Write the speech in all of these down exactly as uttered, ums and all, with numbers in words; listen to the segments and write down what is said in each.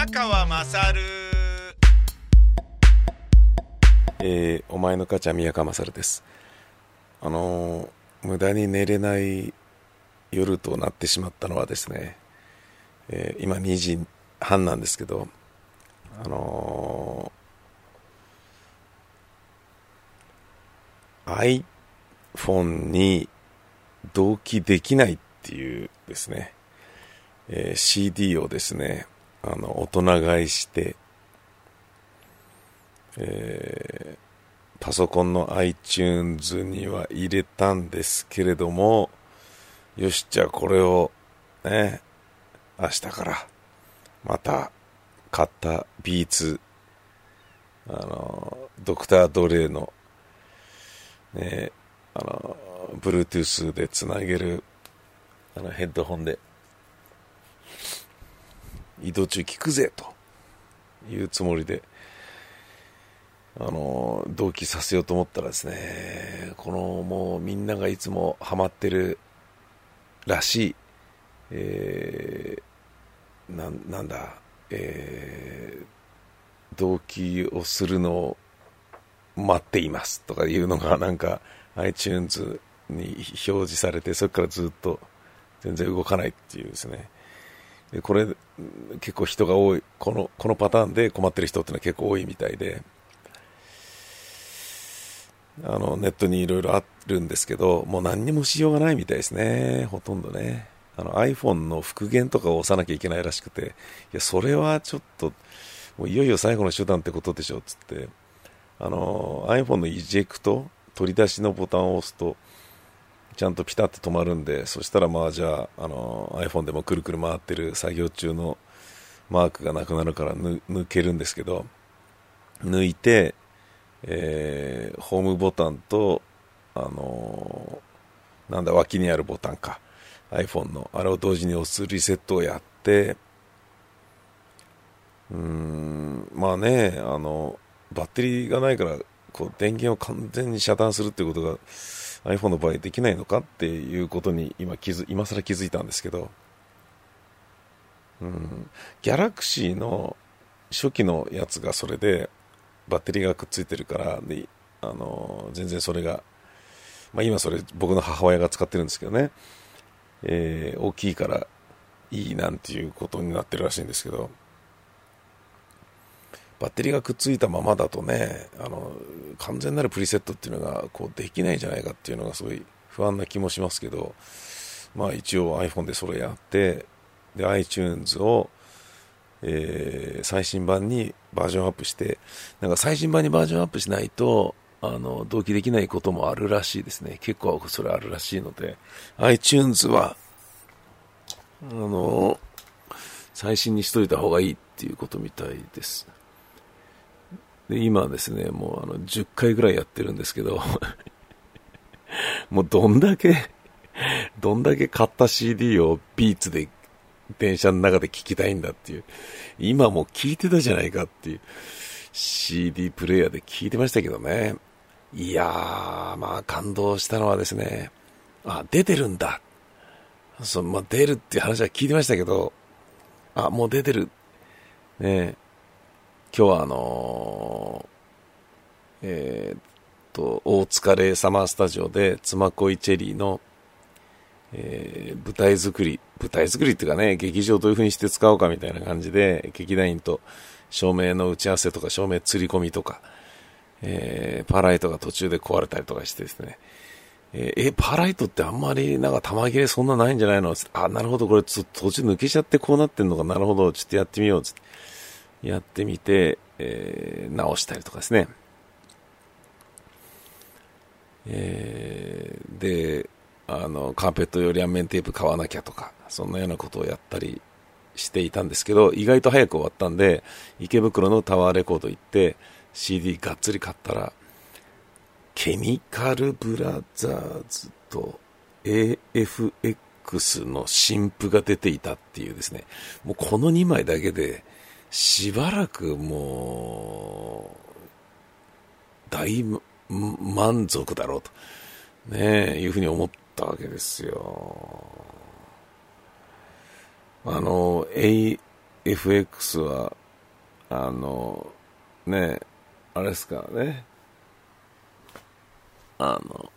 宮川勝。 えー、お前の母ちゃん宮川勝です。あのー、無駄に寝れない夜となってしまったのはですね、えー、今にじはんなんですけど、あのー、iPhone に同期できないっていうですね、えー、シーディー をですね、あの大人買いして、えー、パソコンの iTunes には入れたんですけれども、よし、じゃあこれをね、明日からまた買ったビーツ、あのドクタードレイのね、あの Bluetooth でつなげるあのヘッドホンで移動中聞くぜというつもりで、あの同期させようと思ったらですね、このもうみんながいつもハマってるらしい、えー、な, なんだ、えー、同期をするのを待っていますとかいうのがなんか iTunes に表示されて、それからずっと全然動かないっていうですね。でこれ結構人が多い、このこのパターンで困ってる人っていうのは結構多いみたいで、あのネットにいろいろあるんですけど、もう何にもしようがないみたいですね、ほとんどね。あの iPhone の復元とかを押さなきゃいけないらしくて、いやそれはちょっともういよいよ最後の手段ってことでしょっつって、あの iPhone のイジェクト、取り出しのボタンを押すとちゃんとピタッと止まるんで、そしたらまあじゃあ、あの iPhone でもくるくる回ってる作業中のマークがなくなるから抜けるんですけど、抜いて、えー、ホームボタンと、あのー、なんだ脇にあるボタンか、 iPhone のあれを同時に押すリセットをやって、うーんまあね、あのバッテリーがないからこう電源を完全に遮断するっていうことが iPhone の場合できないのかっていうことに今気づ今更気づいたんですけど、うん、ギャラクシーの初期のやつがそれでバッテリーがくっついてるからで、あの全然それが、まあ、今それ僕の母親が使ってるんですけどね、えー、大きいからいいなんていうことになってるらしいんですけど、バッテリーがくっついたままだとね、あの完全なるプリセットっていうのがこうできないんじゃないかっていうのがすごい不安な気もしますけど、まあ一応 iPhone でそれやって、で iTunes を、えー、最新版にバージョンアップして、なんか最新版にバージョンアップしないとあの同期できないこともあるらしいですね。結構それあるらしいので、 iTunes はあの最新にしといた方がいいっていうことみたいです。で今ですね、もうあのじゅっかいぐらいやってるんですけどもうどんだけどんだけ買った シーディー をビーツで電車の中で聞きたいんだっていう、今もう聞いてたじゃないかっていう、 シーディー プレイヤーで聞いてましたけどね。いやー、まあ感動したのはですね、あ出てるんだ、そう、まあ、出るっていう話は聞いてましたけど、あもう出てるね。今日はあのー、えー、っと大塚レイサマースタジオで妻恋チェリーの、えー、舞台作り舞台作りっていうかね、劇場どういう風にして使おうかみたいな感じで、劇団員と照明の打ち合わせとか照明吊り込みとか、えー、パーライトが途中で壊れたりとかしてですね、えー、えパーライトってあんまりなんか玉切れそんなないんじゃないの、あなるほど、これ途中抜けちゃってこうなってんのか、なるほど、ちょっとやってみようつってやってみて、えー、直したりとかですね、えー、であのカーペット用両面テープ買わなきゃとか、そんなようなことをやったりしていたんですけど、意外と早く終わったんで、池袋のタワーレコード行って シーディー がっつり買ったら、ケミカルブラザーズと エーエフエックス の新譜が出ていたっていうですね、もうこのにまいだけでしばらくもう大満足だろうとねいうふうに思ったわけですよ。あの A エフエックス はあのねあれですからね、あの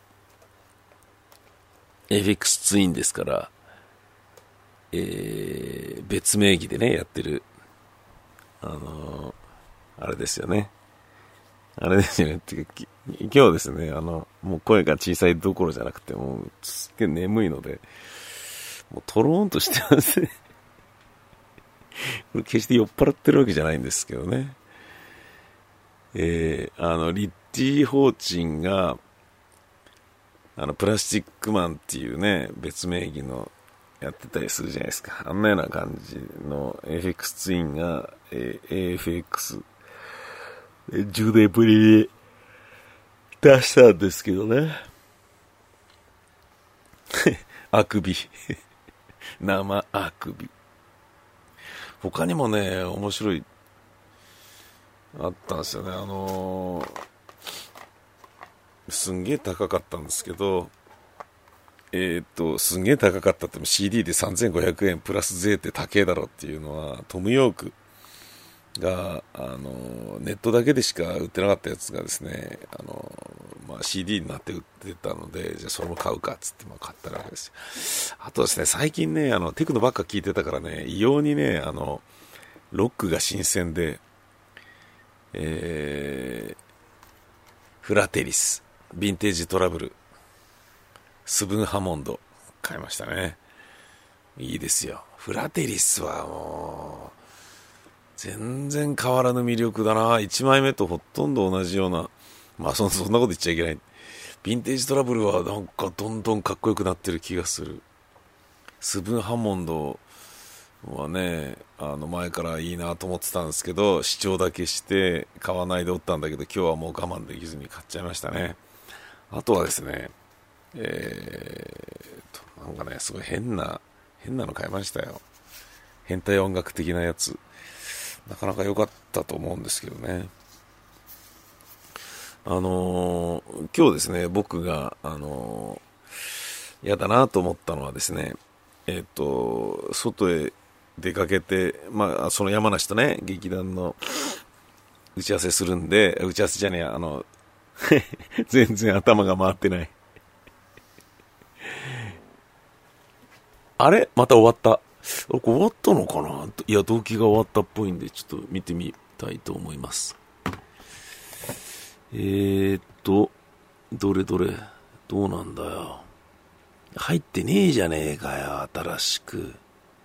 エフエックス ツインですから、えー、別名義でねやってるあのあれですよね。あれですよね。ってか今日ですね、あのもう声が小さいどころじゃなくて、もうすっげえ眠いので、もうトローンとしてますね。これ決して酔っ払ってるわけじゃないんですけどね。えー、あのリッチー・ホーチンがあのプラスチックマンっていうね別名義のやってたりするじゃないですか。あんなような感じの エフエックス ツインが、えー、エーエフエックスじゅうねんぶりに出したんですけどね。あくび生あくび。他にもね面白いあったんですよね。あのー、すんげえ高かったんですけど、えー、っとすんげえ高かったっても シーディー でさんぜんごひゃくえんプラス税って高えだろっていうのは、トム・ヨークが、あのネットだけでしか売ってなかったやつがですね、あの、まあ、シーディー になって売ってたので、じゃあそれも買うかっつってまあ買ったわけですよ。あとですね、最近ねあのテクノばっか聞いてたからね、異様にねあのロックが新鮮で、えー、フラテリス、ヴィンテージトラブル、スブンハモンド買いましたね。いいですよ。フラテリスはもう全然変わらぬ魅力だな。いちまいめとほとんど同じような、まあ そ, そんなこと言っちゃいけない。ヴィンテージトラブルはなんかどんどんかっこよくなってる気がする。スブンハモンドはね、あの前からいいなと思ってたんですけど、視聴だけして買わないでおったんだけど、今日はもう我慢できずに買っちゃいましたね。あとはですね、えーと、なんかね、すごい変な、変なの買いましたよ。変態音楽的なやつ。なかなか良かったと思うんですけどね。あのー、今日ですね、僕が、あのー、嫌だなと思ったのはですね、えっと、外へ出かけて、まあ、その山梨とね、劇団の打ち合わせするんで、打ち合わせじゃねえや、あの、全然頭が回ってない。あれまた終わった。これ終わったのかな。いや、動機が終わったっぽいんで、ちょっと見てみたいと思います。えーっと、どれどれ、どうなんだよ。入ってねえじゃねえかよ、新しく。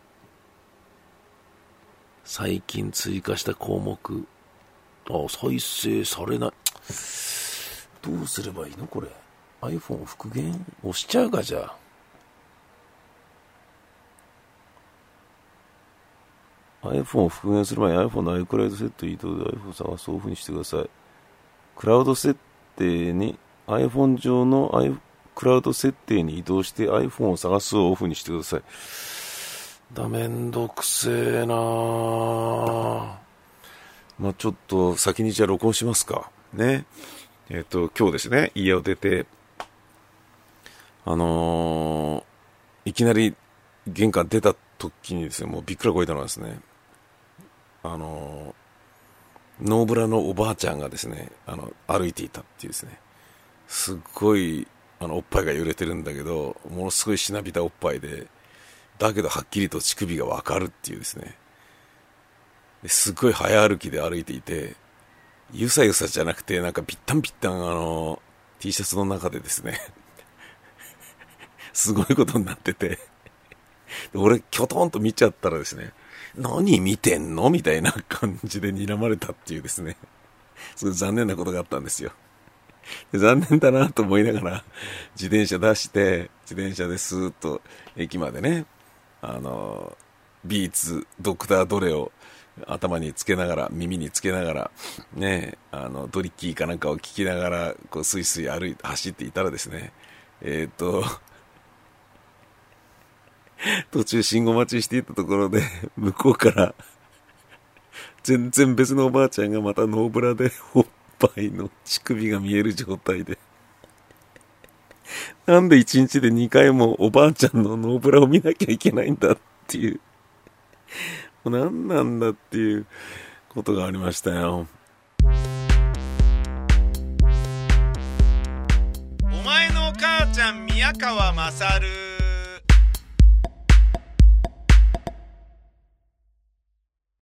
最近追加した項目。あ、再生されない。どうすればいいのこれ。iPhone 復元押しちゃうか、じゃあ。iPhone を復元する前に iPhone の iCloud 設定移動で iPhone を探すオフにしてください。クラウド設定に iPhone 上の iCloud 設定に移動して iPhone を探すをオフにしてください。だ、めんどくせえなぁ。まあちょっと先にじゃあ録音しますかね。えっと今日ですね、家を出て、あのー、いきなり玄関出た時にですね、もうびっくらこいたのはですね、あのー、ノーブラのおばあちゃんがですね、あの歩いていたっていうですね、すっごいあのおっぱいが揺れてるんだけど、ものすごいしなびたおっぱいで、だけどはっきりと乳首がわかるっていうですね、ですっごい早歩きで歩いていて、ゆさゆさじゃなくて、なんかぴったんぴったんあの T シャツの中でですねすごいことになってて、俺キョトンと見ちゃったらですね、何見てんのみたいな感じで睨まれたっていうですね、すごい残念なことがあったんですよ。で残念だなと思いながら自転車出して、自転車でスーッと駅までね、あのビーツドクタードレを頭につけながら、耳につけながらね、あのドリッキーかなんかを聞きながらこうスイスイ歩いて走っていたらですね、えー、っと途中信号待ちしていたところで、向こうから全然別のおばあちゃんがまたノーブラでおっぱいの乳首が見える状態で、なんで一日でにかいもおばあちゃんのノーブラを見なきゃいけないんだっていう、 何なんだっていうことがありましたよ。 お前の母ちゃん宮川勝